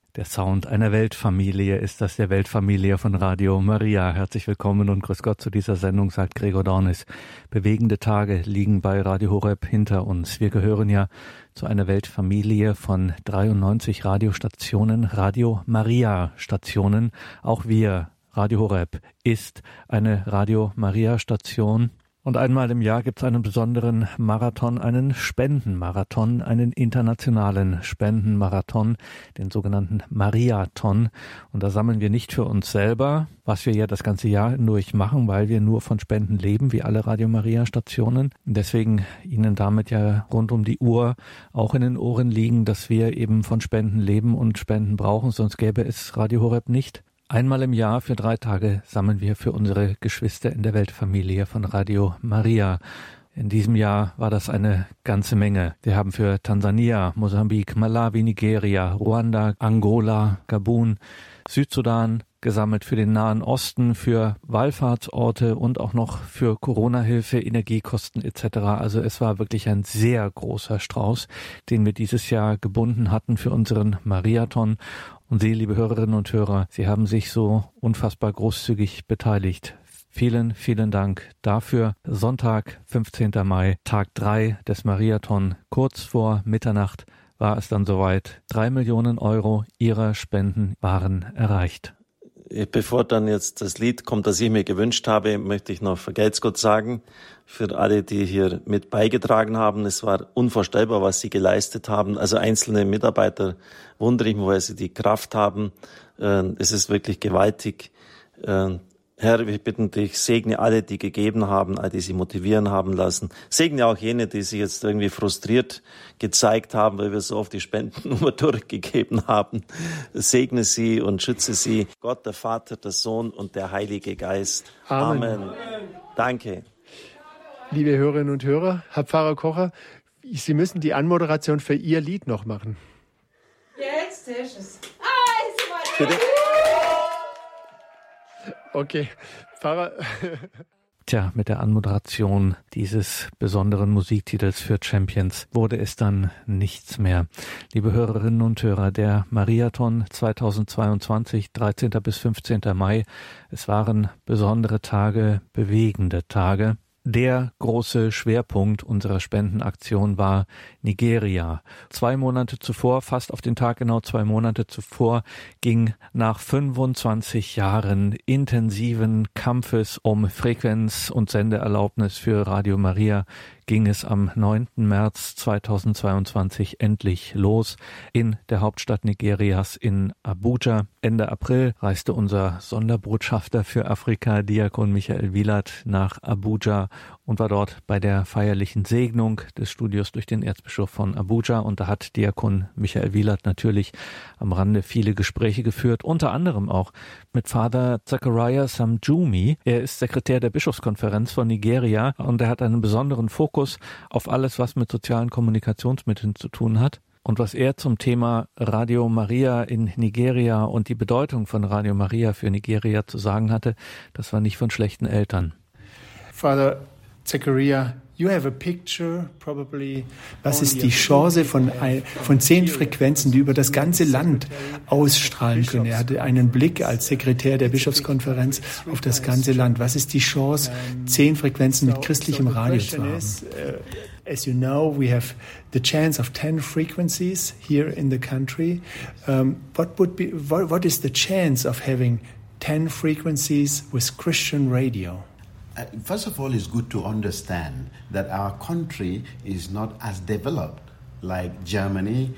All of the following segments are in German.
Der Sound einer Weltfamilie ist das, der Weltfamilie von Radio Maria. Herzlich willkommen und grüß Gott zu dieser Sendung, sagt Gregor Dornis. Bewegende Tage liegen bei Radio Horeb hinter uns. Wir gehören ja zu einer Weltfamilie von 93 Radiostationen, Radio Maria Stationen. Auch wir, Radio Horeb, ist eine Radio Maria Station. Und einmal im Jahr gibt es einen besonderen Marathon, einen Spendenmarathon, einen internationalen Spendenmarathon, den sogenannten Mariathon. Und da sammeln wir nicht für uns selber, was wir ja das ganze Jahr durch machen, weil wir nur von Spenden leben, wie alle Radio Maria Stationen. Deswegen Ihnen damit ja rund um die Uhr auch in den Ohren liegen, dass wir eben von Spenden leben und Spenden brauchen, sonst gäbe es Radio Horeb nicht. Einmal im Jahr für 3 Tage sammeln wir für unsere Geschwister in der Weltfamilie von Radio Maria. In diesem Jahr war das eine ganze Menge. Wir haben für Tansania, Mosambik, Malawi, Nigeria, Ruanda, Angola, Gabun, Südsudan gesammelt, für den Nahen Osten, für Wallfahrtsorte und auch noch für Corona-Hilfe, Energiekosten etc. Also es war wirklich ein sehr großer Strauß, den wir dieses Jahr gebunden hatten für unseren Mariathon. Und Sie, liebe Hörerinnen und Hörer, Sie haben sich so unfassbar großzügig beteiligt. Vielen, vielen Dank dafür. Sonntag, 15. Mai, Tag 3 des Mariathon. Kurz vor Mitternacht war es dann soweit. 3 Millionen Euro Ihrer Spenden waren erreicht. Bevor dann jetzt das Lied kommt, das ich mir gewünscht habe, möchte ich noch Vergelt's Gott sagen für alle, die hier mit beigetragen haben. Es war unvorstellbar, was sie geleistet haben. Also einzelne Mitarbeiter wundere ich mich, weil sie die Kraft haben. Es ist wirklich gewaltig. Herr, wir bitten dich, segne alle, die gegeben haben, alle, die sich motivieren haben lassen. Segne auch jene, die sich jetzt irgendwie frustriert gezeigt haben, weil wir so oft die Spendennummer durchgegeben haben. Segne sie und schütze sie. Gott, der Vater, der Sohn und der Heilige Geist. Amen. Amen. Danke. Liebe Hörerinnen und Hörer, Herr Pfarrer Kocher, Sie müssen die Anmoderation für Ihr Lied noch machen. Jetzt ist es. Bitte? Okay, Pfarrer. Tja, mit der Anmoderation dieses besonderen Musiktitels für Champions wurde es dann nichts mehr. Liebe Hörerinnen und Hörer, der Mariathon 2022, 13. bis 15. Mai, es waren besondere Tage, bewegende Tage. Der große Schwerpunkt unserer Spendenaktion war Nigeria. 2 Monate zuvor, fast auf den Tag genau 2 Monate zuvor, ging nach 25 Jahren intensiven Kampfes um Frequenz- und Sendeerlaubnis für Radio Maria ging es am 9. März 2022 endlich los in der Hauptstadt Nigerias in Abuja. Ende April reiste unser Sonderbotschafter für Afrika, Diakon Michael Wielert, nach Abuja und war dort bei der feierlichen Segnung des Studios durch den Erzbischof von Abuja. Und da hat Diakon Michael Wielert natürlich am Rande viele Gespräche geführt, unter anderem auch mit Father Zachariah Samjumi. Er ist Sekretär der Bischofskonferenz von Nigeria und er hat einen besonderen Fokus auf alles, was mit sozialen Kommunikationsmitteln zu tun hat. Und was er zum Thema Radio Maria in Nigeria und die Bedeutung von Radio Maria für Nigeria zu sagen hatte, das war nicht von schlechten Eltern. Father Zachariah, you have a picture, probably. Was ist die Chance von 10 Frequenzen, die über das ganze Land ausstrahlen können? Er hatte einen Blick als Sekretär der Bischofskonferenz auf das ganze Land. Was ist die Chance, 10 Frequenzen mit christlichem Radio zu haben? As you know, we have the chance of 10 frequencies here in the country. What is the chance of having 10 frequencies with Christian radio? First of all, it's good to understand that our country is not as developed like Germany,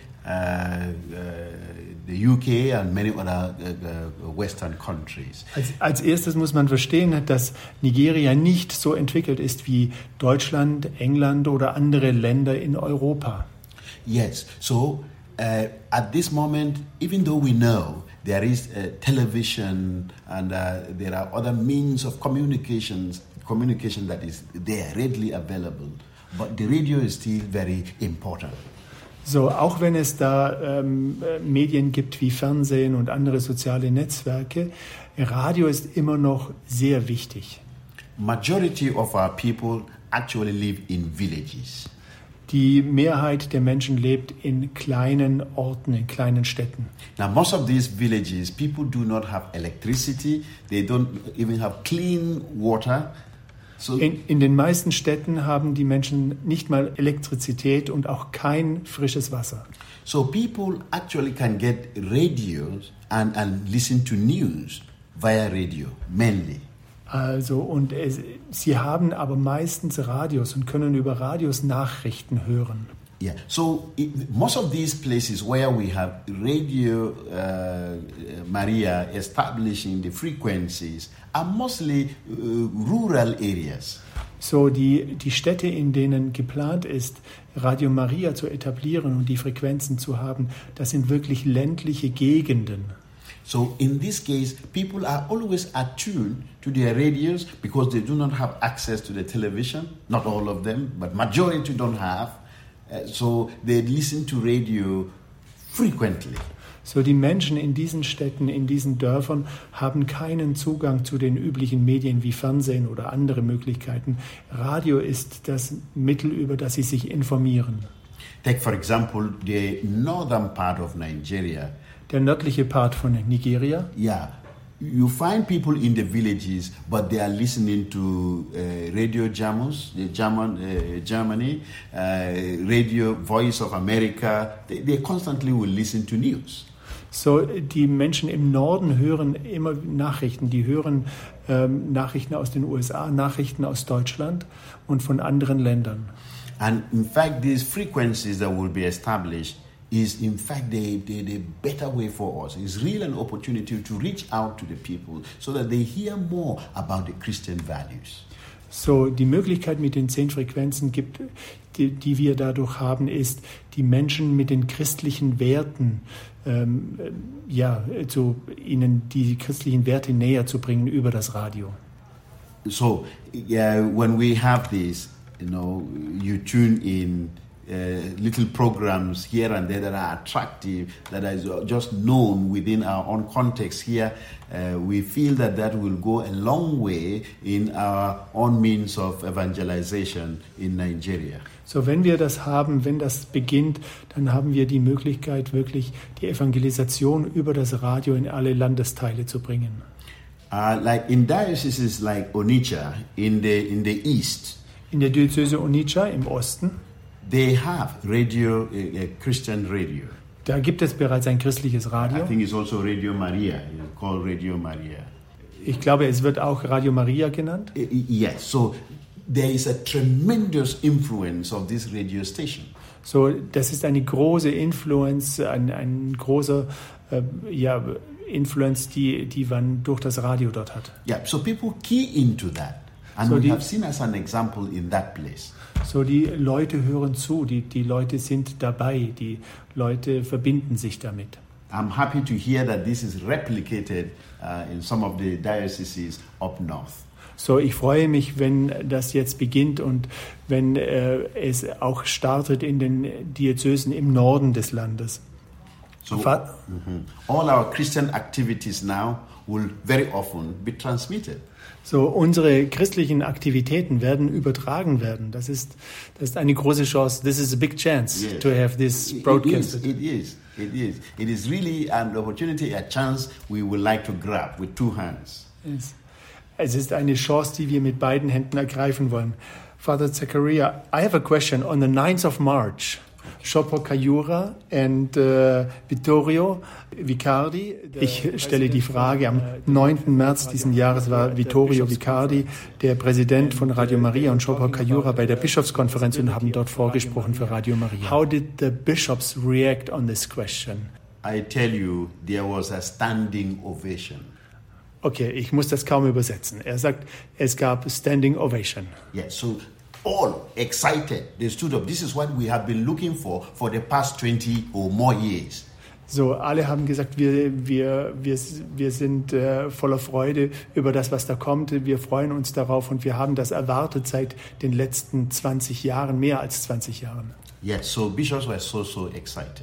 the UK and many other Western countries. Als erstes muss man verstehen, dass Nigeria nicht so entwickelt ist wie Deutschland, England oder andere Länder in Europa. Yes, so at this moment, even though we know there is television and there are other means of communication that is there, readily available, but the radio is still very important. So, auch wenn es da Medien gibt wie Fernsehen und andere soziale Netzwerke, Radio ist immer noch sehr wichtig. Majority of our people actually live in villages. Die Mehrheit der Menschen lebt in kleinen Orten, in kleinen Städten. Now, most of these villages, people do not have electricity. They don't even have clean water. So In den meisten Städten haben die Menschen nicht mal Elektrizität und auch kein frisches Wasser. So people actually can get radios and listen to news via radio, mainly. Sie haben aber meistens Radios und können über Radios Nachrichten hören. Yeah. So most of these places where we have Radio Maria establishing the frequencies are mostly rural areas. So die Städte, in denen geplant ist, Radio Maria zu etablieren und die Frequenzen zu haben, das sind wirklich ländliche Gegenden. So in this case, people are always attuned to their radios because they do not have access to the television. Not all of them, but majority don't have. So they listen to radio frequently. So die Menschen in diesen Städten, in diesen Dörfern haben keinen Zugang zu den üblichen Medien wie Fernsehen oder andere Möglichkeiten. Radio ist das Mittel, über das sie sich informieren. Take for example the northern part of Nigeria. Der nördliche Part von Nigeria. Yeah, you find people in the villages, but they are listening to Radio Jamus, Germany, Radio Voice of America. They constantly will listen to news. So, die Menschen im Norden hören immer Nachrichten. Die hören Nachrichten aus den USA, Nachrichten aus Deutschland und von anderen Ländern. And in fact, these frequencies that will be established is in fact the better way for us. It's really an opportunity to reach out to the people so that they hear more about the Christian values. So, die Möglichkeit mit den 10 Frequenzen die wir dadurch haben, ist, die Menschen mit den christlichen Werten, ihnen die christlichen Werte näher zu bringen über das Radio. So, when we have this, you tune in little programs here and there that are attractive, that is just known within our own context here. We feel that will go a long way in our own means of evangelization in Nigeria. So, wenn wir das haben, wenn das beginnt, dann haben wir die Möglichkeit, wirklich die Evangelisation über das Radio in alle Landesteile zu bringen. Like in dioceses like Onitsha in the east. In der Diözese Onitsha im Osten. They have radio, Christian radio. Da gibt es bereits ein christliches Radio. I think it's also Radio Maria. It's called Radio Maria. Ich glaube, es wird auch Radio Maria genannt. Yes. So there is a tremendous influence of this radio station. So, das ist eine große Influence, ein großer Influence, die man durch das Radio dort hat. Yeah. So people key into that, and so we have seen as an example in that place. So, die Leute hören zu, die Leute sind dabei, die Leute verbinden sich damit. I'm happy to hear that this is replicated in some of the dioceses up north. So, ich freue mich, wenn das jetzt beginnt und wenn es auch startet in den Diözesen im Norden des Landes. So, all our Christian activities now will very often be transmitted. So, unsere christlichen Aktivitäten werden übertragen werden. Das ist eine große Chance. This is a big chance to have this broadcasted. It is really an opportunity, a chance we would like to grab with 2 hands. Yes. Es ist eine Chance, die wir mit beiden Händen ergreifen wollen. Father Zachariah, I have a question. On the 9th of March, Chopocayura and Vittorio Vicardi. Ich stelle die Frage, am 9. März diesen Jahres war Vittorio Vicardi, der Präsident von Radio Maria, und Chopocayura bei der Bischofskonferenz und haben dort vorgesprochen für Radio Maria. How did the bishops react on this question? I tell you, there was a standing ovation. Okay, ich muss das kaum übersetzen. Er sagt, es gab Standing Ovation. Yeah, so all excited, they stood up. This is what we have been looking for the past 20 or more years. So, alle haben gesagt, wir sind voller Freude über das, was da kommt. Wir freuen uns darauf und wir haben das erwartet seit den letzten 20 Jahren, mehr als 20 Jahren. Yes, so bishops were so excited.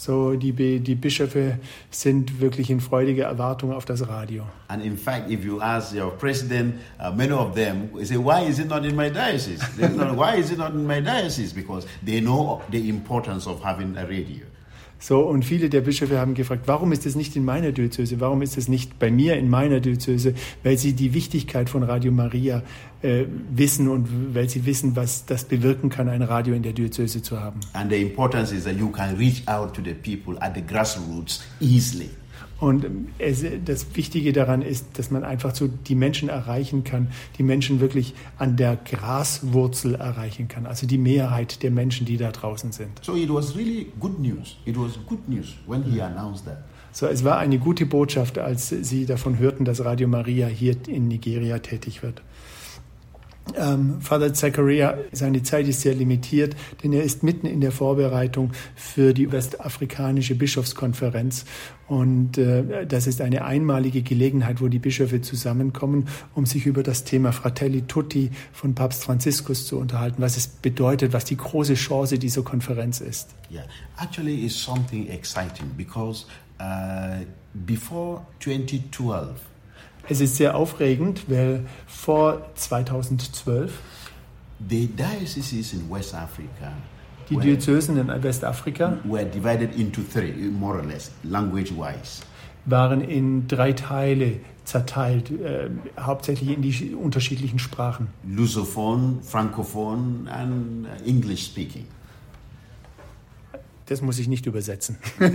So die Bischöfe sind wirklich in freudiger Erwartung auf das Radio. And in fact, if you ask your president, many of them say, why is it not in my diocese? Why is it not in my diocese? Because they know the importance of having a radio. So, und viele der Bischöfe haben gefragt, warum ist es nicht in meiner Diözese? Warum ist es nicht bei mir in meiner Diözese? Weil sie die Wichtigkeit von Radio Maria wissen und weil sie wissen, was das bewirken kann, ein Radio in der Diözese zu haben. And the importance is that you can reach out to the people at the grassroots easily. Und das Wichtige daran ist, dass man einfach so die Menschen erreichen kann, die Menschen wirklich an der Graswurzel erreichen kann, also die Mehrheit der Menschen, die da draußen sind. So it was really good news. It was good news when he announced that. So, es war eine gute Botschaft, als sie davon hörten, dass Radio Maria hier in Nigeria tätig wird. Father Zachariah, seine Zeit ist sehr limitiert, denn er ist mitten in der Vorbereitung für die westafrikanische Bischofskonferenz. Und das ist eine einmalige Gelegenheit, wo die Bischöfe zusammenkommen, um sich über das Thema Fratelli Tutti von Papst Franziskus zu unterhalten, was es bedeutet, was die große Chance dieser Konferenz ist. Yeah, actually it's something exciting because before 2012, es ist sehr aufregend, weil vor 2012 the dioceses in West Africa die Diözesen in Westafrika were divided into three, more or less, language-wise. Waren in 3 Teile zerteilt, hauptsächlich in die unterschiedlichen Sprachen. Lusophone, Francophone and English-speaking. Das muss ich nicht übersetzen.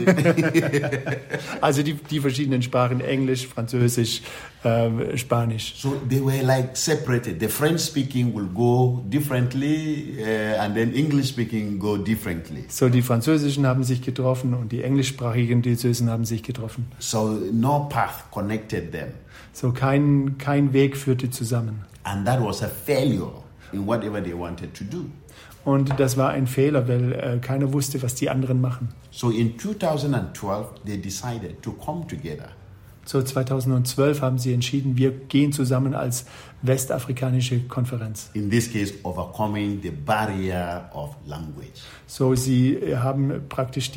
Also die verschiedenen Sprachen, Englisch, Französisch, Spanisch. So they were like separated. The French-speaking will go differently and then English-speaking go differently. So die Französischen haben sich getroffen und die englischsprachigen Diözesen haben sich getroffen. So no path connected them. So kein Weg führte zusammen. And that was a failure in whatever they wanted to do. Und das war ein Fehler, weil keiner wusste, was die anderen machen. So in 2012, they decided to come together. So 2012 haben sie entschieden, wir gehen zusammen als westafrikanische Konferenz. In this case, overcoming the barrier of language. So sie haben praktisch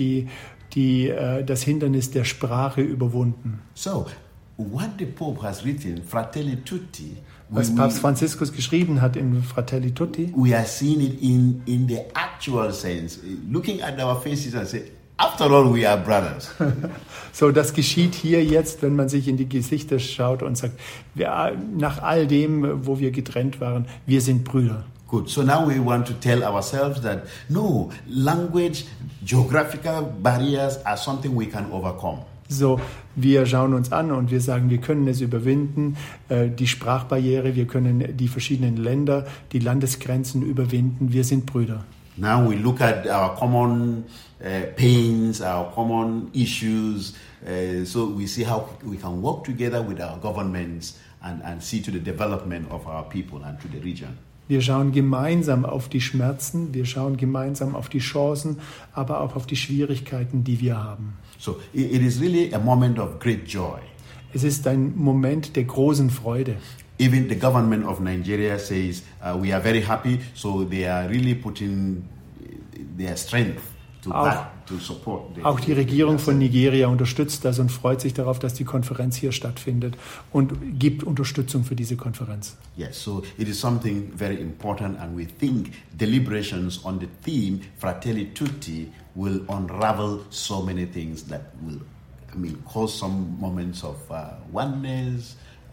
das Hindernis der Sprache überwunden. So what the Pope has written, Fratelli Tutti, was Papst Franziskus geschrieben hat in Fratelli Tutti, we are seeing it in the actual sense, looking at our faces and say, after all, we are brothers. So, das geschieht hier jetzt, wenn man sich in die Gesichter schaut und sagt, nach all dem, wo wir getrennt waren, wir sind Brüder. Good. So now we want to tell ourselves that no, language, geographical barriers are something we can overcome. So, wir schauen uns an und wir sagen, wir können es überwinden, die Sprachbarriere, wir können die verschiedenen Länder, die Landesgrenzen überwinden, wir sind Brüder. Now we look at our common pains, our common issues, so we see how we can work together with our governments and see to the development of our people and to the region. Wir schauen gemeinsam auf die Schmerzen, wir schauen gemeinsam auf die Chancen, aber auch auf die Schwierigkeiten, die wir haben. So it is really a moment of great joy. Es ist ein Moment der großen Freude. Even the government of Nigeria says we are very happy, so they are really putting their strength to support. Auch die Regierung von Nigeria unterstützt das und freut sich darauf, dass die Konferenz hier stattfindet und gibt Unterstützung für diese Konferenz. Yes, so it is something very important, and we think deliberations on the theme Fratelli Tutti will unravel so many things that will, cause some moments of oneness,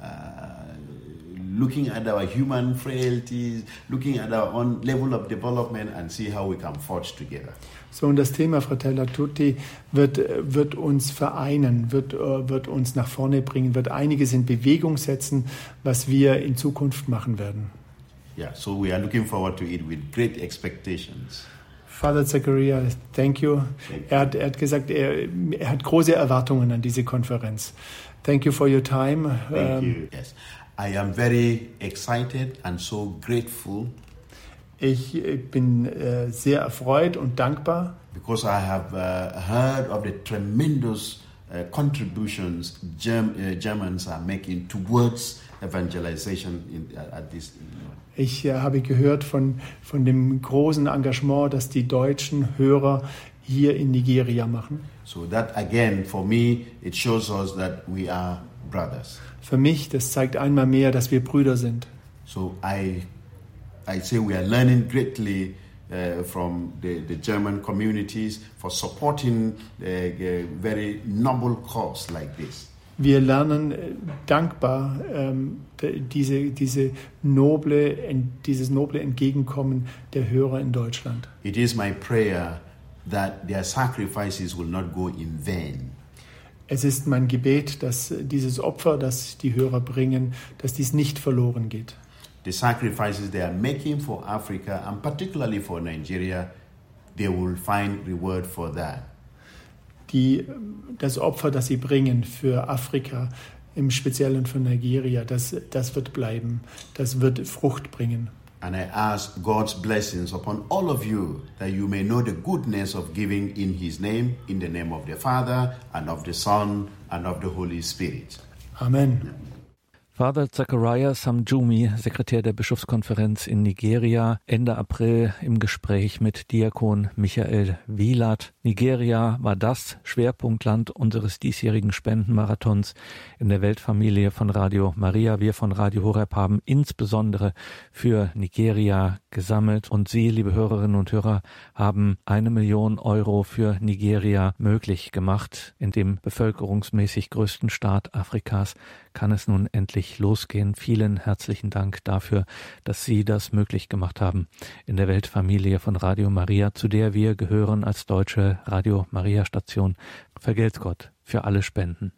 looking at our human frailties, looking at our own level of development and see how we can forge together. So, und das Thema Fratelli Tutti wird uns vereinen, wird uns nach vorne bringen, wird einiges in Bewegung setzen, was wir in Zukunft machen werden. Yeah, so we are looking forward to it with great expectations. Father Zachariah, thank you. Er hat gesagt, er hat große Erwartungen an diese Konferenz. Thank you for your time. Thank you. Yes, I am very excited and so grateful. Ich bin sehr erfreut und dankbar. Because I have heard of the tremendous contributions Germans are making towards evangelization at this. Ich habe gehört von dem großen Engagement, das die deutschen Hörer hier in Nigeria machen. So that again, for me, it shows us that we are brothers. Für mich, das zeigt einmal mehr, dass wir Brüder sind. So I say we are learning greatly from the German communities for supporting a very noble cause like this. Wir lernen dankbar dieses noble Entgegenkommen der Hörer in Deutschland. It is my prayer that their sacrifices will not go in vain. Es ist mein Gebet, dass dieses Opfer, das die Hörer bringen, dass dies nicht verloren geht. The sacrifices they are making for Africa and particularly for Nigeria, they will find reward for that. Das Opfer, das sie bringen für Afrika, im Speziellen für Nigeria, das wird bleiben, das wird Frucht bringen. And I ask God's blessings upon all of you, that you may know the goodness of giving in His name, in the name of the Father and of the Son and of the Holy Spirit. Amen. Father Zachariah Samjumi, Sekretär der Bischofskonferenz in Nigeria, Ende April im Gespräch mit Diakon Michael Wielat. Nigeria war das Schwerpunktland unseres diesjährigen Spendenmarathons in der Weltfamilie von Radio Maria. Wir von Radio Horeb haben insbesondere für Nigeria gesammelt und Sie, liebe Hörerinnen und Hörer, haben 1 Million Euro für Nigeria möglich gemacht. In dem bevölkerungsmäßig größten Staat Afrikas kann es nun endlich losgehen. Vielen herzlichen Dank dafür, dass Sie das möglich gemacht haben in der Weltfamilie von Radio Maria, zu der wir gehören als deutsche Radio Maria Station. Vergelt's Gott für alle Spenden.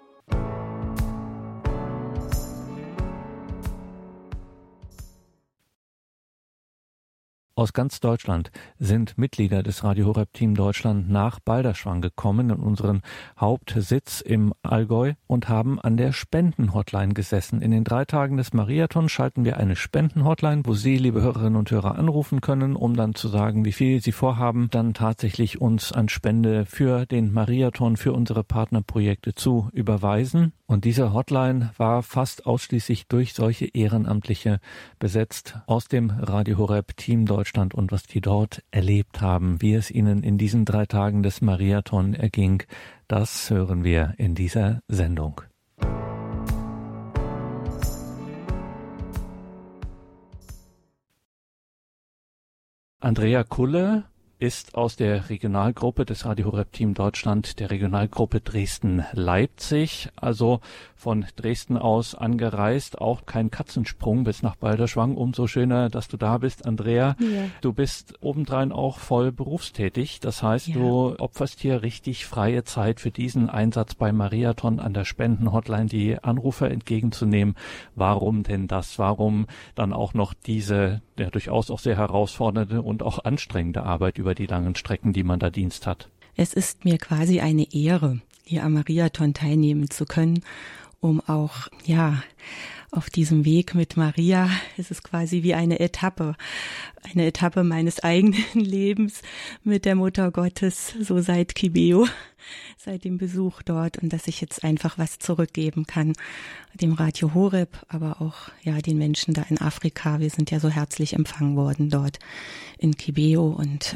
Aus ganz Deutschland sind Mitglieder des Radio Horeb Team Deutschland nach Balderschwang gekommen, in unseren Hauptsitz im Allgäu, und haben an der Spendenhotline gesessen. In den 3 Tagen des Mariathons schalten wir eine Spendenhotline, wo Sie, liebe Hörerinnen und Hörer, anrufen können, um dann zu sagen, wie viel Sie vorhaben, dann tatsächlich uns an Spende für den Mariathon, für unsere Partnerprojekte zu überweisen. Und diese Hotline war fast ausschließlich durch solche Ehrenamtliche besetzt aus dem Radio Horeb Team Deutschland, und was die dort erlebt haben, wie es ihnen in diesen 3 Tagen des Mariathon erging, das hören wir in dieser Sendung. Andrea Kulle ist aus der Regionalgruppe des Radio Horeb Team Deutschland, der Regionalgruppe Dresden-Leipzig, also von Dresden aus angereist, auch kein Katzensprung bis nach Balderschwang. Umso schöner, dass du da bist, Andrea. Ja. Du bist obendrein auch voll berufstätig, das heißt, du opferst hier richtig freie Zeit für diesen Einsatz beim Mariathon an der Spendenhotline, die Anrufer entgegenzunehmen. Warum denn das? Warum dann auch noch diese durchaus auch sehr herausfordernde und auch anstrengende Arbeit über die langen Strecken, die man da Dienst hat? Es ist mir quasi eine Ehre, hier am Mariathon teilnehmen zu können, um auch, auf diesem Weg mit Maria, es ist quasi wie eine Etappe meines eigenen Lebens mit der Mutter Gottes, so seit Kibeo, seit dem Besuch dort, und dass ich jetzt einfach was zurückgeben kann, dem Radio Horeb, aber auch den Menschen da in Afrika. Wir sind ja so herzlich empfangen worden dort in Kibeo, und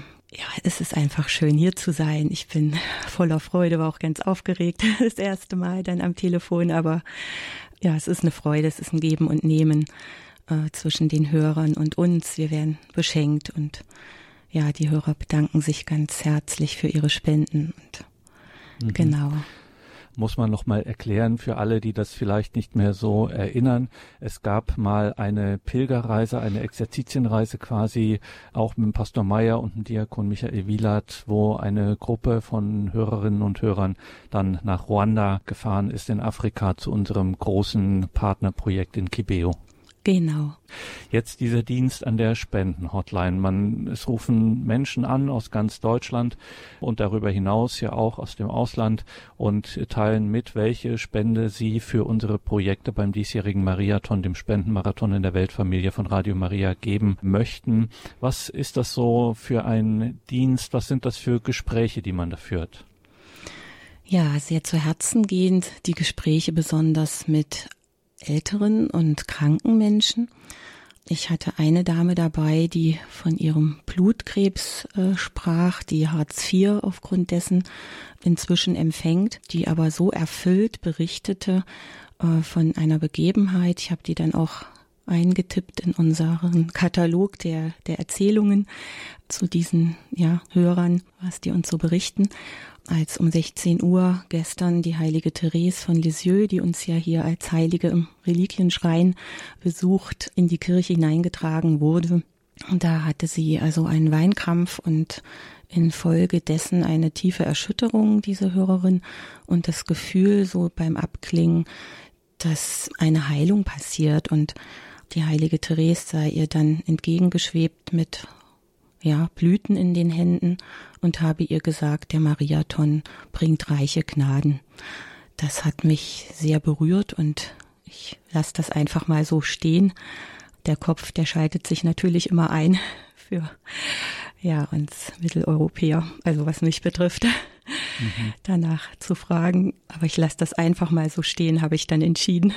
es ist einfach schön, hier zu sein. Ich bin voller Freude, war auch ganz aufgeregt, das erste Mal dann am Telefon, aber es ist eine Freude, es ist ein Geben und Nehmen zwischen den Hörern und uns. Wir werden beschenkt, und die Hörer bedanken sich ganz herzlich für ihre Spenden. Und genau. Muss man noch mal erklären für alle, die das vielleicht nicht mehr so erinnern. Es gab mal eine Pilgerreise, eine Exerzitienreise quasi, auch mit dem Pastor Meyer und dem Diakon Michael Wielat, wo eine Gruppe von Hörerinnen und Hörern dann nach Ruanda gefahren ist, in Afrika, zu unserem großen Partnerprojekt in Kibeo. Genau. Jetzt dieser Dienst an der Spendenhotline. Es rufen Menschen an aus ganz Deutschland und darüber hinaus ja auch aus dem Ausland und teilen mit, welche Spende sie für unsere Projekte beim diesjährigen Mariathon, dem Spendenmarathon in der Weltfamilie von Radio Maria, geben möchten. Was ist das so für ein Dienst? Was sind das für Gespräche, die man da führt? Ja, sehr zu Herzen gehend die Gespräche, besonders mit älteren und kranken Menschen, Ich hatte eine Dame dabei, die von ihrem Blutkrebs sprach, die Hartz IV aufgrund dessen inzwischen empfängt, die aber so erfüllt berichtete von einer Begebenheit. Ich habe die dann auch eingetippt in unseren Katalog der Erzählungen zu diesen Hörern, was die uns so berichten. Als um 16 Uhr gestern die heilige Therese von Lisieux, die uns ja hier als Heilige im Reliquienschrein besucht, in die Kirche hineingetragen wurde. Und da hatte sie also einen Weinkrampf und infolgedessen eine tiefe Erschütterung, diese Hörerin, und das Gefühl so beim Abklingen, dass eine Heilung passiert. Und die heilige Therese sei ihr dann entgegengeschwebt mit Blüten in den Händen und habe ihr gesagt, der Mariathon bringt reiche Gnaden. Das hat mich sehr berührt und ich lasse das einfach mal so stehen. Der Kopf, der schaltet sich natürlich immer ein für uns Mitteleuropäer, also was mich betrifft, danach zu fragen. Aber ich lasse das einfach mal so stehen, habe ich dann entschieden.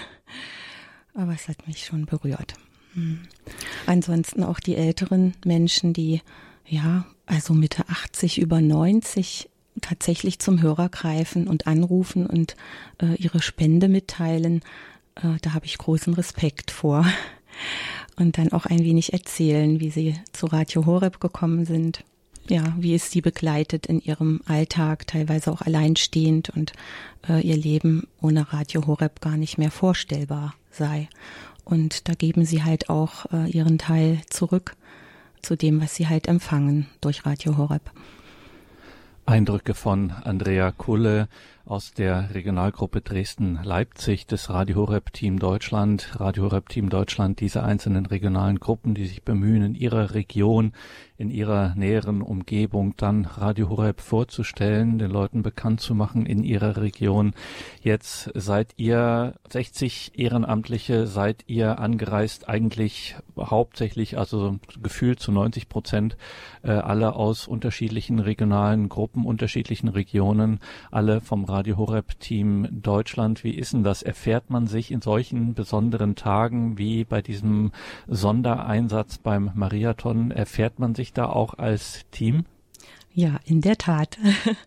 Aber es hat mich schon berührt. Ansonsten auch die älteren Menschen, die also Mitte 80, über 90 tatsächlich zum Hörer greifen und anrufen und ihre Spende mitteilen, da habe ich großen Respekt vor. Und dann auch ein wenig erzählen, wie sie zu Radio Horeb gekommen sind, wie es sie begleitet in ihrem Alltag, teilweise auch alleinstehend und ihr Leben ohne Radio Horeb gar nicht mehr vorstellbar sei. Und da geben sie halt auch ihren Teil zurück zu dem, was sie halt empfangen durch Radio Horeb. Eindrücke von Andrea Kulle aus der Regionalgruppe Dresden-Leipzig des Radio Horeb Team Deutschland. Radio Horeb Team Deutschland, diese einzelnen regionalen Gruppen, die sich bemühen, in ihrer Region, in ihrer näheren Umgebung dann Radio Horeb vorzustellen, den Leuten bekannt zu machen in ihrer Region. Jetzt seid ihr 60 Ehrenamtliche, seid ihr angereist, eigentlich hauptsächlich, also gefühlt zu 90%, alle aus unterschiedlichen regionalen Gruppen, unterschiedlichen Regionen, alle vom Radio Horeb Team Deutschland. Wie ist denn das? Erfährt man sich in solchen besonderen Tagen wie bei diesem Sondereinsatz beim Mariathon, erfährt man sich da auch als Team? Ja, in der Tat.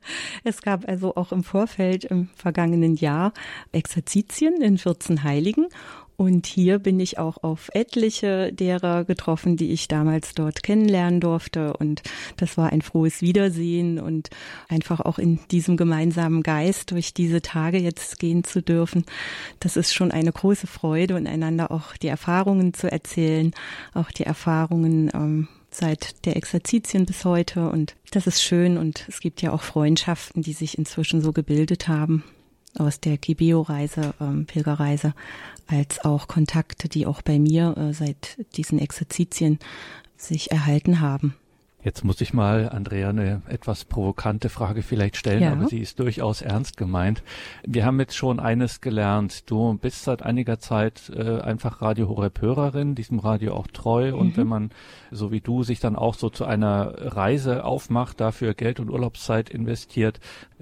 Es gab also auch im Vorfeld im vergangenen Jahr Exerzitien in 14 Heiligen. Und hier bin ich auch auf etliche derer getroffen, die ich damals dort kennenlernen durfte. Und das war ein frohes Wiedersehen und einfach auch in diesem gemeinsamen Geist durch diese Tage jetzt gehen zu dürfen. Das ist schon eine große Freude und einander auch die Erfahrungen zu erzählen, auch die Erfahrungen seit der Exerzitien bis heute. Und das ist schön und es gibt ja auch Freundschaften, die sich inzwischen so gebildet haben aus der Kibeo-Reise, Pilgerreise, als auch Kontakte, die auch bei mir seit diesen Exerzitien sich erhalten haben. Jetzt muss ich mal, Andrea, eine etwas provokante Frage vielleicht stellen, aber sie ist durchaus ernst gemeint. Wir haben jetzt schon eines gelernt. Du bist seit einiger Zeit einfach Radio Horeb-Hörerin, diesem Radio auch treu. Und wenn man, so wie du, sich dann auch so zu einer Reise aufmacht, dafür Geld und Urlaubszeit investiert,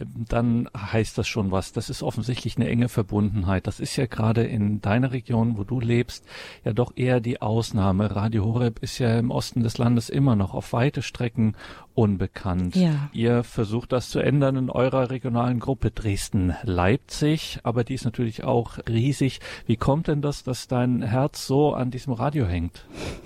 dann heißt das schon was. Das ist offensichtlich eine enge Verbundenheit. Das ist ja gerade in deiner Region, wo du lebst, ja doch eher die Ausnahme. Radio Horeb ist ja im Osten des Landes immer noch auf weite Strecken unbekannt. Ja. Ihr versucht das zu ändern in eurer regionalen Gruppe Dresden-Leipzig, aber die ist natürlich auch riesig. Wie kommt denn das, dass dein Herz so an diesem Radio hängt?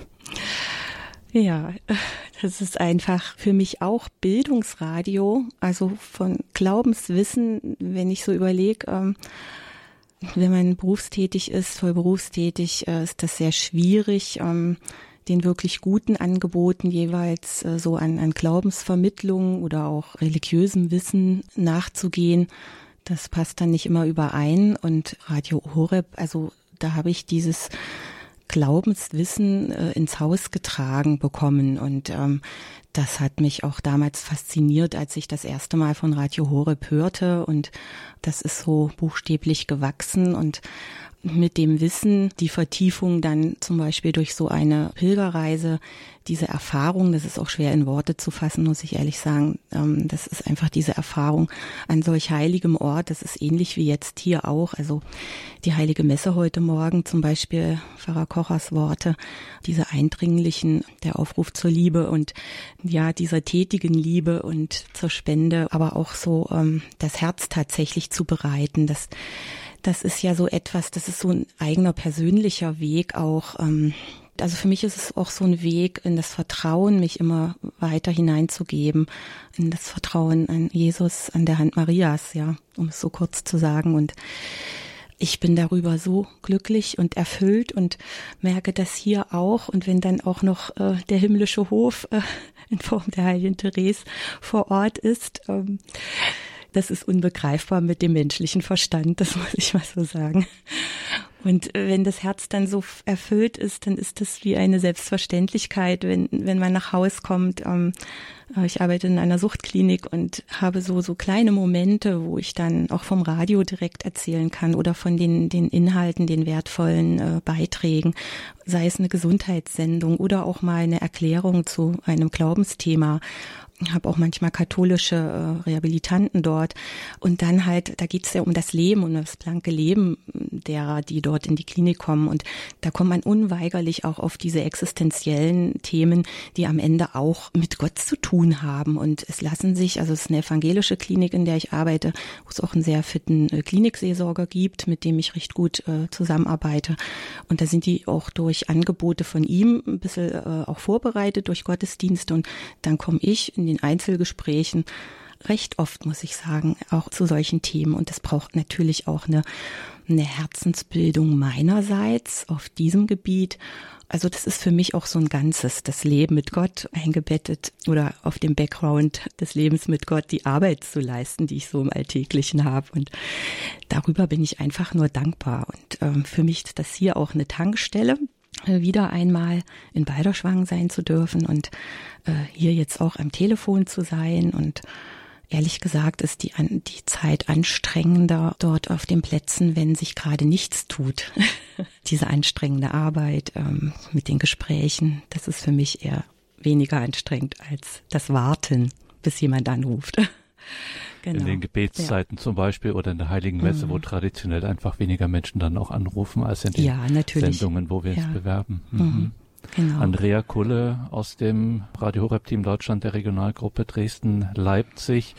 Ja, das ist einfach für mich auch Bildungsradio, also von Glaubenswissen, wenn ich so überlege, wenn man berufstätig ist, voll berufstätig, ist das sehr schwierig, den wirklich guten Angeboten jeweils so an Glaubensvermittlung oder auch religiösem Wissen nachzugehen. Das passt dann nicht immer überein. Und Radio Horeb, also da habe ich dieses Glaubenswissen ins Haus getragen bekommen. Und das hat mich auch damals fasziniert, als ich das erste Mal von Radio Horeb hörte. Und das ist so buchstäblich gewachsen. Und mit dem Wissen, die Vertiefung dann zum Beispiel durch so eine Pilgerreise, diese Erfahrung, das ist auch schwer in Worte zu fassen, muss ich ehrlich sagen, das ist einfach diese Erfahrung an solch heiligem Ort, das ist ähnlich wie jetzt hier auch, also die Heilige Messe heute Morgen zum Beispiel, Pfarrer Kochers Worte, diese eindringlichen, der Aufruf zur Liebe und ja, dieser tätigen Liebe und zur Spende, aber auch so das Herz tatsächlich zu bereiten, das ist ja so etwas, das ist so ein eigener persönlicher Weg auch. Also für mich ist es auch so ein Weg in das Vertrauen, mich immer weiter hineinzugeben, in das Vertrauen an Jesus, an der Hand Marias, ja, um es so kurz zu sagen. Und ich bin darüber so glücklich und erfüllt und merke das hier auch. Und wenn dann auch noch der himmlische Hof in Form der Heiligen Therese vor Ort ist, das ist unbegreifbar mit dem menschlichen Verstand, das muss ich mal so sagen. Und wenn das Herz dann so erfüllt ist, dann ist das wie eine Selbstverständlichkeit, wenn man nach Haus kommt. Ich arbeite in einer Suchtklinik und habe so kleine Momente, wo ich dann auch vom Radio direkt erzählen kann oder von den Inhalten, den wertvollen Beiträgen, sei es eine Gesundheitssendung oder auch mal eine Erklärung zu einem Glaubensthema. Ich habe auch manchmal katholische Rehabilitanten dort und dann halt, da geht's ja um das Leben, um das blanke Leben derer, die dort in die Klinik kommen und da kommt man unweigerlich auch auf diese existenziellen Themen, die am Ende auch mit Gott zu tun haben und es lassen sich, also es ist eine evangelische Klinik, in der ich arbeite, wo es auch einen sehr fitten Klinikseelsorger gibt, mit dem ich recht gut zusammenarbeite und da sind die auch durch Angebote von ihm ein bisschen auch vorbereitet durch Gottesdienste und dann komme ich in den Einzelgesprächen recht oft, muss ich sagen, auch zu solchen Themen. Und das braucht natürlich auch eine Herzensbildung meinerseits auf diesem Gebiet. Also das ist für mich auch so ein Ganzes, das Leben mit Gott eingebettet oder auf dem Background des Lebens mit Gott die Arbeit zu leisten, die ich so im Alltäglichen habe. Und darüber bin ich einfach nur dankbar. Und für mich ist das hier auch eine Tankstelle, wieder einmal in Balderschwang sein zu dürfen und hier jetzt auch am Telefon zu sein und ehrlich gesagt ist die Zeit anstrengender dort auf den Plätzen, wenn sich gerade nichts tut. Diese anstrengende Arbeit mit den Gesprächen, das ist für mich eher weniger anstrengend als das Warten, bis jemand anruft. Genau. In den Gebetszeiten zum Beispiel oder in der Heiligen Messe, wo traditionell einfach weniger Menschen dann auch anrufen, als in den Sendungen, wo wir uns bewerben. Mhm. Genau. Andrea Kulle aus dem Radio Horeb Team Deutschland der Regionalgruppe Dresden-Leipzig.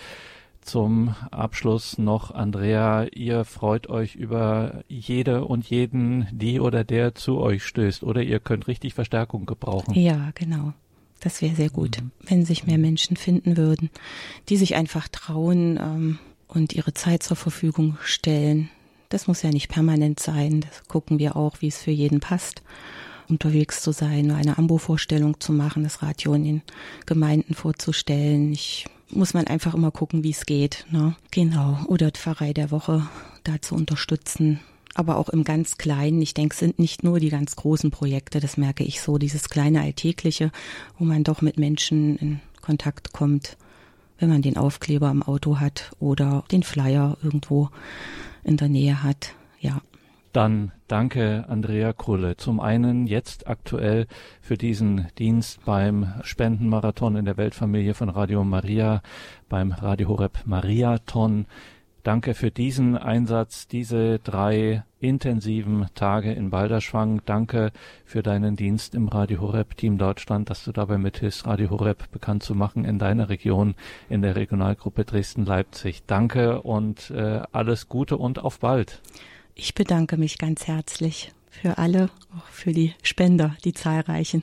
Zum Abschluss noch, Andrea, ihr freut euch über jede und jeden, die oder der zu euch stößt, oder ihr könnt richtig Verstärkung gebrauchen. Ja, genau. Das wäre sehr gut, wenn sich mehr Menschen finden würden, die sich einfach trauen und ihre Zeit zur Verfügung stellen. Das muss ja nicht permanent sein. Das gucken wir auch, wie es für jeden passt, unterwegs zu sein, eine Ambo-Vorstellung zu machen, das Radio in den Gemeinden vorzustellen. Muss man einfach immer gucken, wie es geht. Ne? Genau. Oder die Pfarrei der Woche da zu unterstützen. Aber auch im ganz Kleinen. Ich denke, es sind nicht nur die ganz großen Projekte, das merke ich so, dieses kleine Alltägliche, wo man doch mit Menschen in Kontakt kommt, wenn man den Aufkleber im Auto hat oder den Flyer irgendwo in der Nähe hat, ja. Dann danke Andrea Krulle. Zum einen jetzt aktuell für diesen Dienst beim Spendenmarathon in der Weltfamilie von Radio Maria, beim Radio Horeb Mariathon. Danke für diesen Einsatz, diese 3 intensiven Tage in Balderschwang. Danke für deinen Dienst im Radio Horeb Team Deutschland, dass du dabei mithilfst, Radio Horeb bekannt zu machen in deiner Region, in der Regionalgruppe Dresden-Leipzig. Danke und alles Gute und auf bald. Ich bedanke mich ganz herzlich für alle, auch für die Spender, die zahlreichen.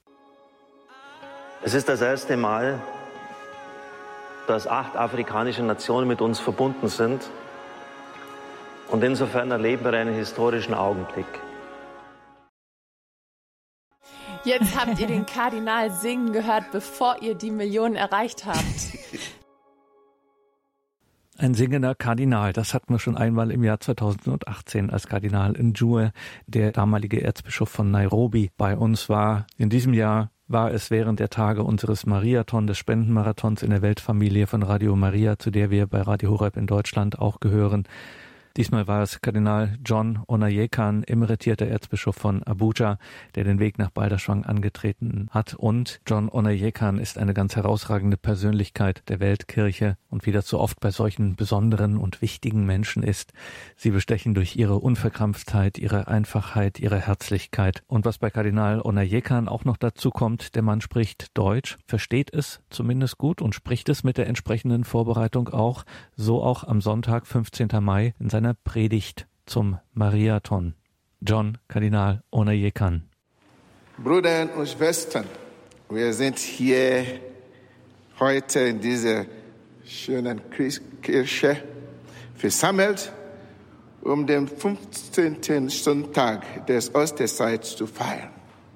Es ist das erste Mal, dass 8 afrikanische Nationen mit uns verbunden sind. Und insofern erleben wir einen historischen Augenblick. Jetzt habt ihr den Kardinal singen gehört, bevor ihr die Millionen erreicht habt. Ein singender Kardinal, das hatten wir schon einmal im Jahr 2018, als Kardinal Njue, der damalige Erzbischof von Nairobi, bei uns war. In diesem Jahr war es während der Tage unseres Mariathon, des Spendenmarathons in der Weltfamilie von Radio Maria, zu der wir bei Radio Horeb in Deutschland auch gehören, Diesmal war es Kardinal John Onyekan, emeritierter Erzbischof von Abuja, der den Weg nach Balderschwang angetreten hat. Und John Onyekan ist eine ganz herausragende Persönlichkeit der Weltkirche. Und wie das so oft bei solchen besonderen und wichtigen Menschen ist, sie bestechen durch ihre Unverkrampftheit, ihre Einfachheit, ihre Herzlichkeit. Und was bei Kardinal Onyekan auch noch dazu kommt, der Mann spricht Deutsch, versteht es zumindest gut und spricht es mit der entsprechenden Vorbereitung auch, so auch am Sonntag, 15. Mai, in seiner Predigt zum Mariathon. John Kardinal Onyekan. Brüder und Schwestern, wir sind hier heute in dieser schönen Kirche versammelt, um den 15. Sonntag des Osterzeits zu feiern.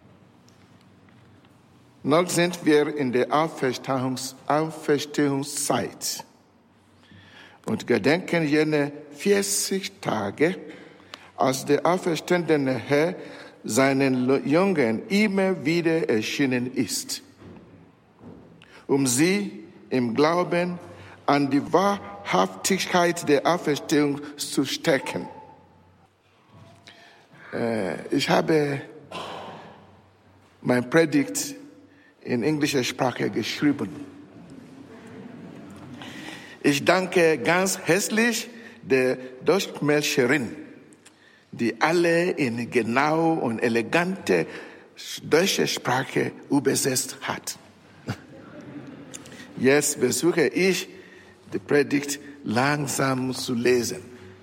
Noch sind wir in der Auferstehungszeit und gedenken jene 40 Tage, als der auferstandene Herr seinen Jüngern immer wieder erschienen ist, um sie im Glauben an die Wahrhaftigkeit der Auferstehung zu stärken. Ich habe mein Predigt in englischer Sprache geschrieben. Ich danke ganz herzlich der Dolmetscherin, die alle in genau und elegante deutsche Sprache übersetzt hat. Jetzt versuche ich, die Predigt langsam zu lesen.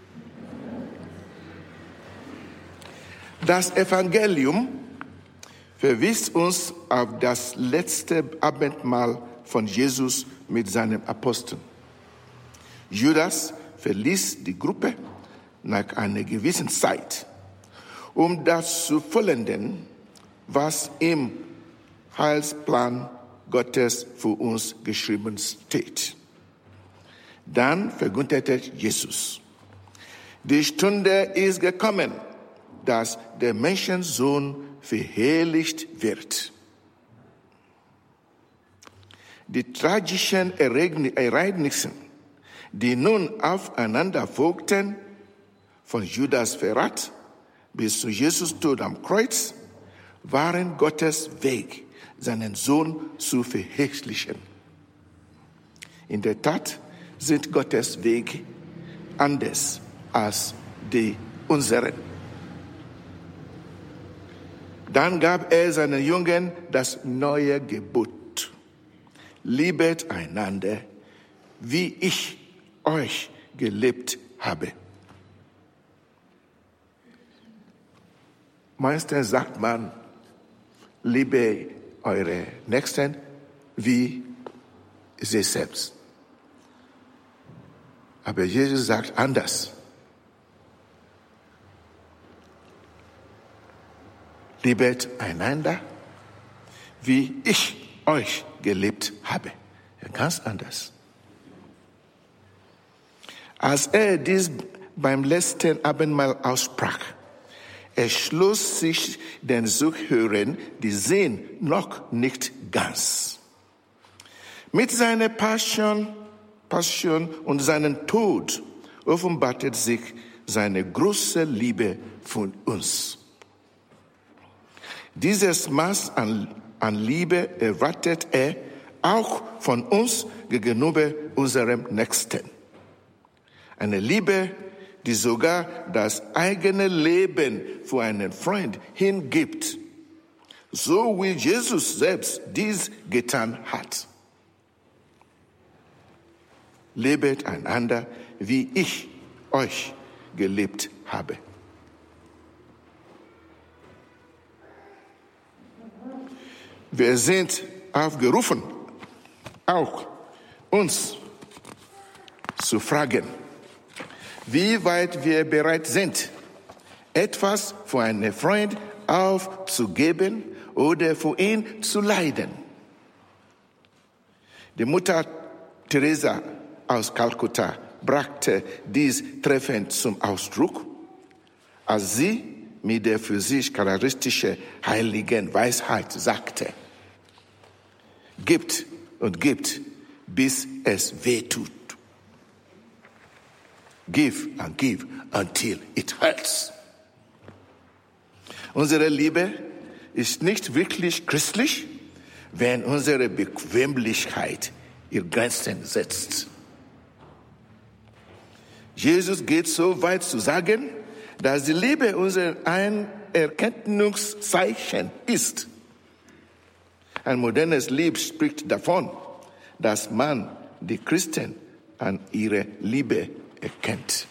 Das Evangelium verweist uns auf das letzte Abendmahl von Jesus mit seinen Aposteln. Judas verließ die Gruppe nach einer gewissen Zeit, um das zu vollenden, was im Heilsplan Gottes für uns geschrieben steht. Dann verkündete Jesus: Die Stunde ist gekommen, dass der Menschensohn verherrlicht wird. Die tragischen Ereignisse, die nun aufeinander folgten, von Judas Verrat bis zu Jesus Tod am Kreuz, waren Gottes Weg, seinen Sohn zu verherrlichen. In der Tat sind Gottes Wege anders als die unseren. Dann gab er seinen Jüngern das neue Gebot: Liebet einander, wie ich euch geliebt habe. Meistens sagt man, liebe eure Nächsten wie sie selbst. Aber Jesus sagt anders. Liebet einander, wie ich euch geliebt habe. Ja, ganz anders. Als er dies beim letzten Abendmahl aussprach, erschloss sich den Zuhörern die Sinn noch nicht ganz. Mit seiner Passion und seinem Tod offenbarte sich seine große Liebe für uns. Dieses Maß an Liebe erwartet er auch von uns gegenüber unserem Nächsten. Eine Liebe, die sogar das eigene Leben für einen Freund hingibt, so wie Jesus selbst dies getan hat. Liebet einander, wie ich euch geliebt habe. Wir sind aufgerufen, auch uns zu fragen, wie weit wir bereit sind, etwas für einen Freund aufzugeben oder für ihn zu leiden. Die Mutter Teresa aus Kalkutta brachte dies treffend zum Ausdruck, als sie mit der für sich charakteristischen heiligen Weisheit sagte: Gibt und gibt, bis es weh tut. Give and give until it hurts. Unsere Liebe ist nicht wirklich christlich, wenn unsere Bequemlichkeit ihre Grenzen setzt. Jesus geht so weit zu sagen, dass die Liebe unser Erkennungszeichen ist. Ein modernes Lied spricht davon, dass man die Christen an ihrer Liebe erkennt.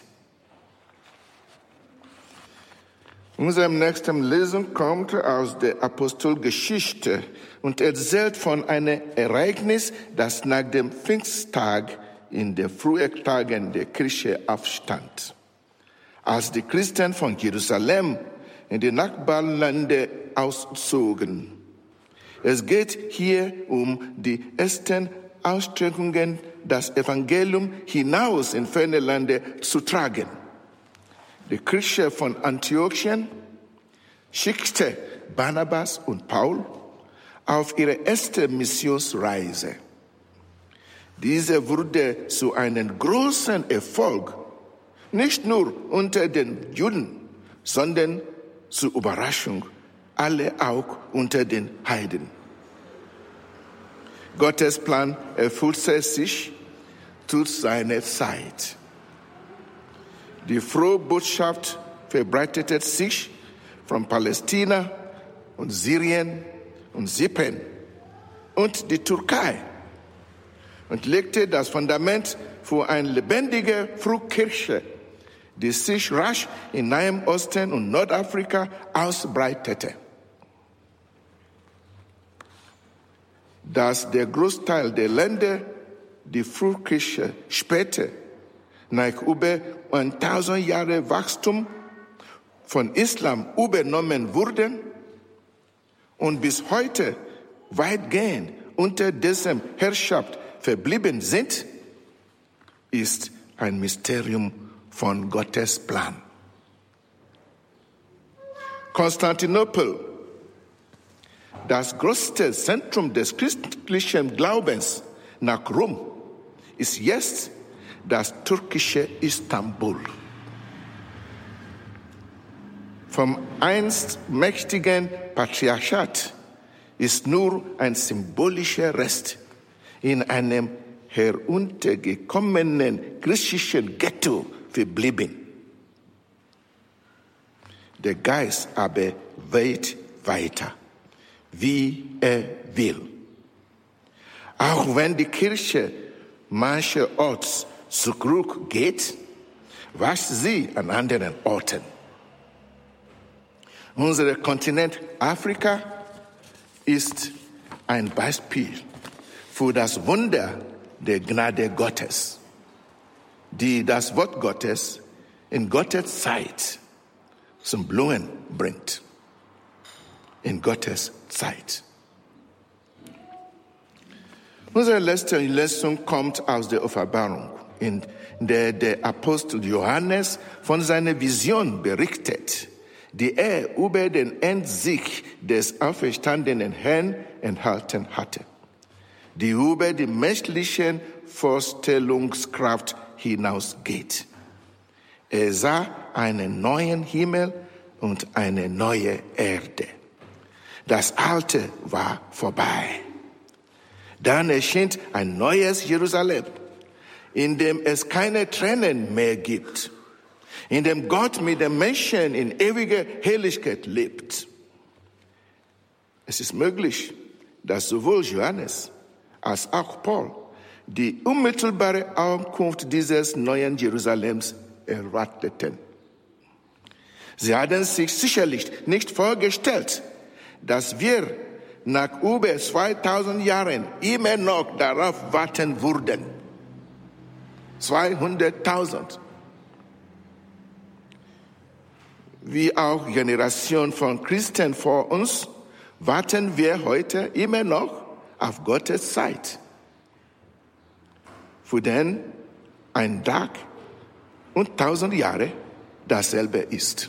Unsere nächste Lesung kommt aus der Apostelgeschichte und erzählt von einem Ereignis, das nach dem Pfingsttag in den frühen Tagen der Kirche aufstand. Als die Christen von Jerusalem in die Nachbarlande auszogen. Es geht hier um die ersten Ausstreckungen, das Evangelium hinaus in ferne Lande zu tragen. Die Kirche von Antiochien schickte Barnabas und Paul auf ihre erste Missionsreise. Diese wurde zu einem großen Erfolg, nicht nur unter den Juden, sondern zur Überraschung alle auch unter den Heiden. Gottes Plan erfüllte sich zu seiner Zeit. Die frohe Botschaft verbreitete sich von Palästina und Syrien und Zypern und die Türkei und legte das Fundament für eine lebendige Frühkirche, die sich rasch im Nahen Osten und Nordafrika ausbreitete. Dass der Großteil der Länder die Frühkirche später nach über 1000 Jahren Wachstum von Islam übernommen wurden und bis heute weitgehend unter dessen Herrschaft verblieben sind, ist ein Mysterium von Gottes Plan. Konstantinopel, das größte Zentrum des christlichen Glaubens nach Rom, ist jetzt das türkische Istanbul. Vom einst mächtigen Patriarchat ist nur ein symbolischer Rest in einem heruntergekommenen griechischen Ghetto verblieben. Der Geist aber weht weiter, wie er will. Auch wenn die Kirche mancherorts zurückgeht, wächst sie an anderen Orten. Unser Kontinent Afrika ist ein Beispiel für das Wunder der Gnade Gottes, die das Wort Gottes in Gottes Zeit zum Blühen bringt. In Gottes Zeit. Unsere letzte Lesung kommt aus der Offenbarung, in der der Apostel Johannes von seiner Vision berichtet, die er über den Endsieg des auferstandenen Herrn enthalten hatte, die über die menschliche Vorstellungskraft hinausgeht. Er sah einen neuen Himmel und eine neue Erde. Das Alte war vorbei. Dann erschien ein neues Jerusalem, in dem es keine Tränen mehr gibt, in dem Gott mit den Menschen in ewiger Herrlichkeit lebt. Es ist möglich, dass sowohl Johannes als auch Paul die unmittelbare Ankunft dieses neuen Jerusalems erwarteten. Sie hatten sich sicherlich nicht vorgestellt, dass wir nach über 2000 Jahren immer noch darauf warten würden. 200.000. Wie auch Generationen von Christen vor uns, warten wir heute immer noch auf Gottes Zeit, für den ein Tag und 1000 Jahre dasselbe ist.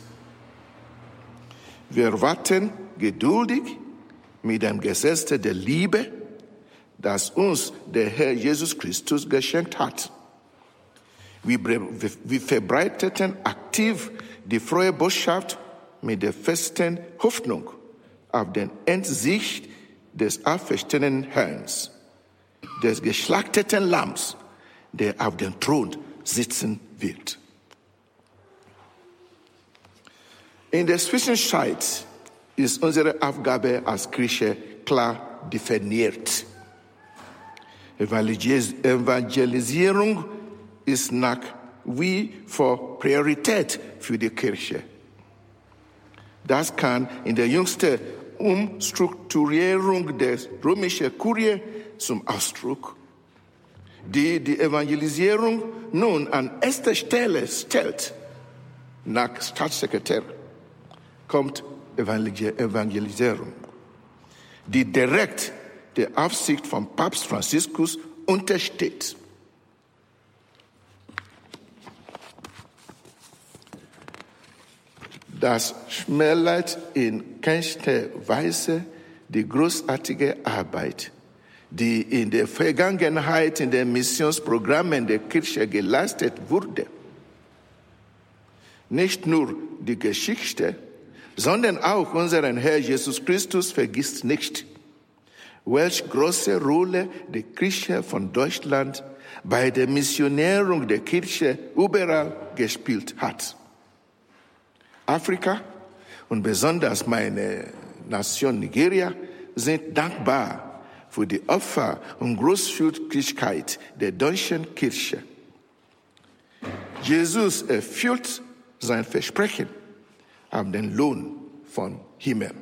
Wir warten geduldig mit dem Gesetz der Liebe, das uns der Herr Jesus Christus geschenkt hat. Wir verbreiteten aktiv die frohe Botschaft mit der festen Hoffnung auf den Endsieg des auferstandenen Herrn, des geschlachteten Lamms, der auf dem Thron sitzen wird. In der Zwischenzeit ist unsere Aufgabe als Kirche klar definiert. Evangelisierung ist nach wie vor Priorität für die Kirche. Das kam in der jüngsten Umstrukturierung der römischen Kurie zum Ausdruck, die die Evangelisierung nun an erster Stelle stellt. Nach Staatssekretär kommt Evangelisierung, die direkt der Aufsicht von Papst Franziskus untersteht. Das schmälert in keinster Weise die großartige Arbeit, die in der Vergangenheit in den Missionsprogrammen der Kirche geleistet wurde. Nicht nur die Geschichte, sondern auch unseren Herr Jesus Christus vergisst nicht, welche große Rolle die Kirche von Deutschland bei der Missionierung der Kirche überall gespielt hat. Afrika und besonders meine Nation Nigeria sind dankbar für die Opfer und Großzügigkeit der deutschen Kirche. Jesus erfüllt sein Versprechen auf den Lohn von Himmel.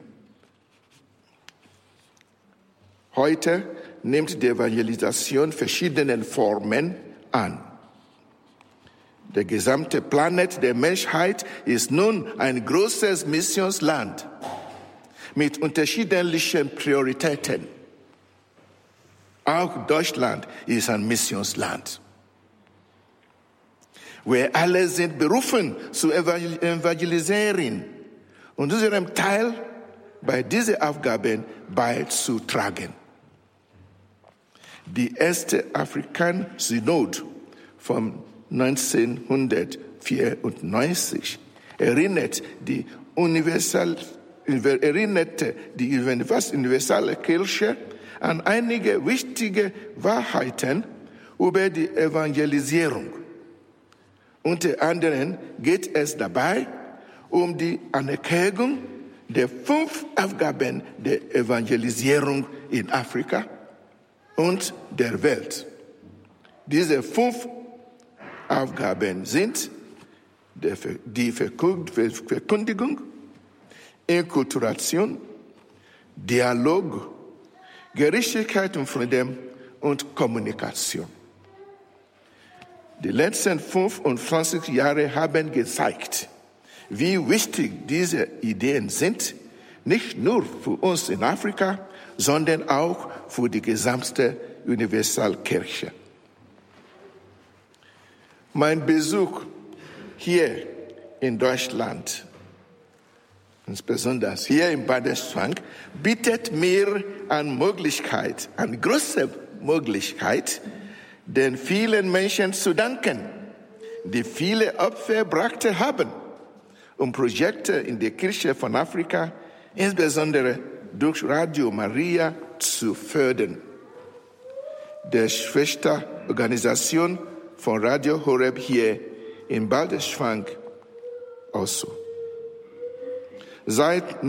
Heute nimmt die Evangelisation verschiedene Formen an. Der gesamte Planet der Menschheit ist nun ein großes Missionsland mit unterschiedlichen Prioritäten. Auch Deutschland ist ein Missionsland. Wir alle sind berufen zu evangelisieren und unserem Teil bei diesen Aufgaben beizutragen. Die erste Afrikan-Synode von 1994 erinnerte die universelle Kirche an einige wichtige Wahrheiten über die Evangelisierung. Unter anderem geht es dabei um die Anerkennung der 5 Aufgaben der Evangelisierung in Afrika und der Welt. Diese 5 Aufgaben sind die Verkündigung, Enkulturation, Dialog, Gerechtigkeit und Frieden und Kommunikation. Die letzten 25 Jahre haben gezeigt, wie wichtig diese Ideen sind, nicht nur für uns in Afrika, sondern auch für die gesamte Universalkirche. Mein Besuch hier in Deutschland, insbesondere hier in Bad Schwank, bietet mir eine große Möglichkeit, den vielen Menschen zu danken, die viele Opfer gebracht haben, um Projekte in der Kirche von Afrika, insbesondere durch Radio Maria, zu fördern. Der Schwesterorganisation von Radio Horeb hier in Bad Schwank also. Seit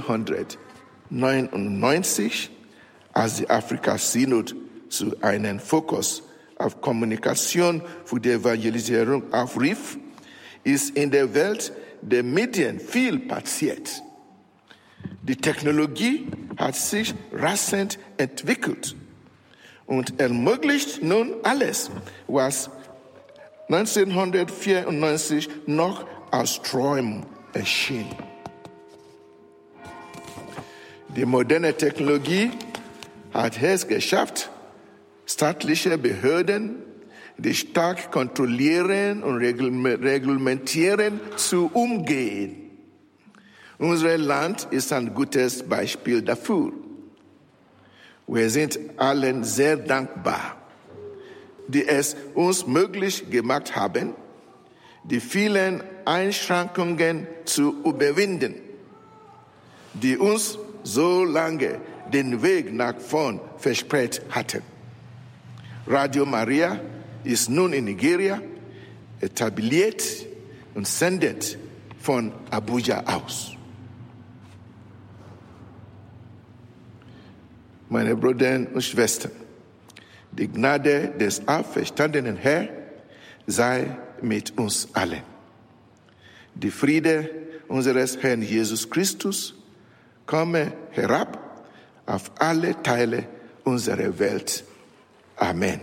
1999, als die Afrika-Synode zu einem Fokus auf Kommunikation für die Evangelisierung aufrief, ist in der Welt der Medien viel passiert. Die Technologie hat sich rasant entwickelt und ermöglicht nun alles, was 1994 noch als Träumen erschien. Die moderne Technologie hat es geschafft, staatliche Behörden, die stark kontrollieren und reglementieren, zu umgehen. Unser Land ist ein gutes Beispiel dafür. Wir sind allen sehr dankbar, die es uns möglich gemacht haben, die vielen Einschränkungen zu überwinden, die uns so lange den Weg nach vorn versperrt hatten. Radio Maria ist nun in Nigeria etabliert und sendet von Abuja aus. Meine Brüder und Schwestern, die Gnade des auferstandenen Herrn sei mit uns allen. Die Friede unseres Herrn Jesus Christus komme herab auf alle Teile unserer Welt. Amen.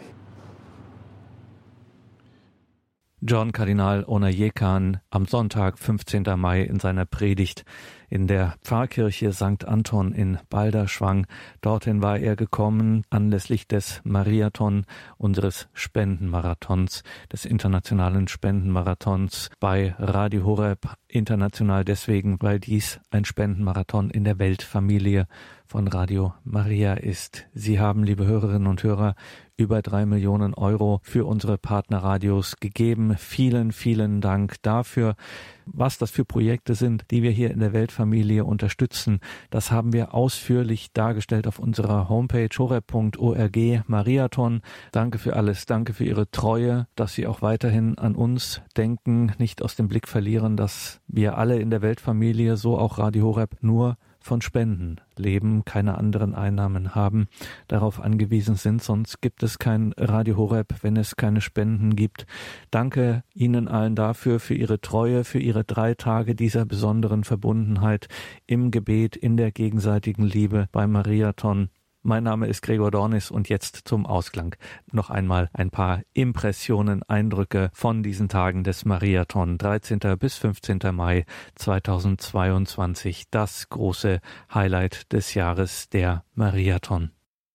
John Kardinal Onyekan am Sonntag, 15. Mai, in seiner Predigt in der Pfarrkirche St. Anton in Balderschwang. Dorthin war er gekommen anlässlich des Mariathon, unseres Spendenmarathons, des internationalen Spendenmarathons bei Radio Horeb. International deswegen, weil dies ein Spendenmarathon in der Weltfamilie von Radio Maria ist. Sie haben, liebe Hörerinnen und Hörer, über 3 Millionen Euro für unsere Partnerradios gegeben. Vielen, vielen Dank dafür. Was das für Projekte sind, die wir hier in der Weltfamilie unterstützen, das haben wir ausführlich dargestellt auf unserer Homepage horeb.org Mariathon. Danke für alles, danke für Ihre Treue, dass Sie auch weiterhin an uns denken, nicht aus dem Blick verlieren, dass wir alle in der Weltfamilie, so auch Radio Horeb, nur von Spenden leben, keine anderen Einnahmen haben, darauf angewiesen sind, sonst gibt es kein Radio Horeb, wenn es keine Spenden gibt. Danke Ihnen allen dafür, für Ihre Treue, für Ihre 3 Tage dieser besonderen Verbundenheit im Gebet, in der gegenseitigen Liebe beim Mariathon. Mein Name ist Gregor Dornis und jetzt zum Ausklang noch einmal ein paar Impressionen, Eindrücke von diesen Tagen des Mariathon, 13. bis 15. Mai 2022, das große Highlight des Jahres, der Mariathon.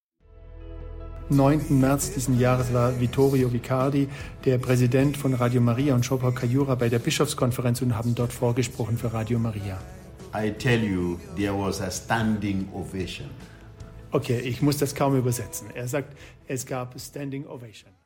9. März diesen Jahres war Vittorio Vicardi, der Präsident von Radio Maria, und Chopra Kayura bei der Bischofskonferenz und haben dort vorgesprochen für Radio Maria. I tell you, there was a standing ovation. Okay, ich muss das kaum übersetzen. Er sagt, es gab Standing Ovation.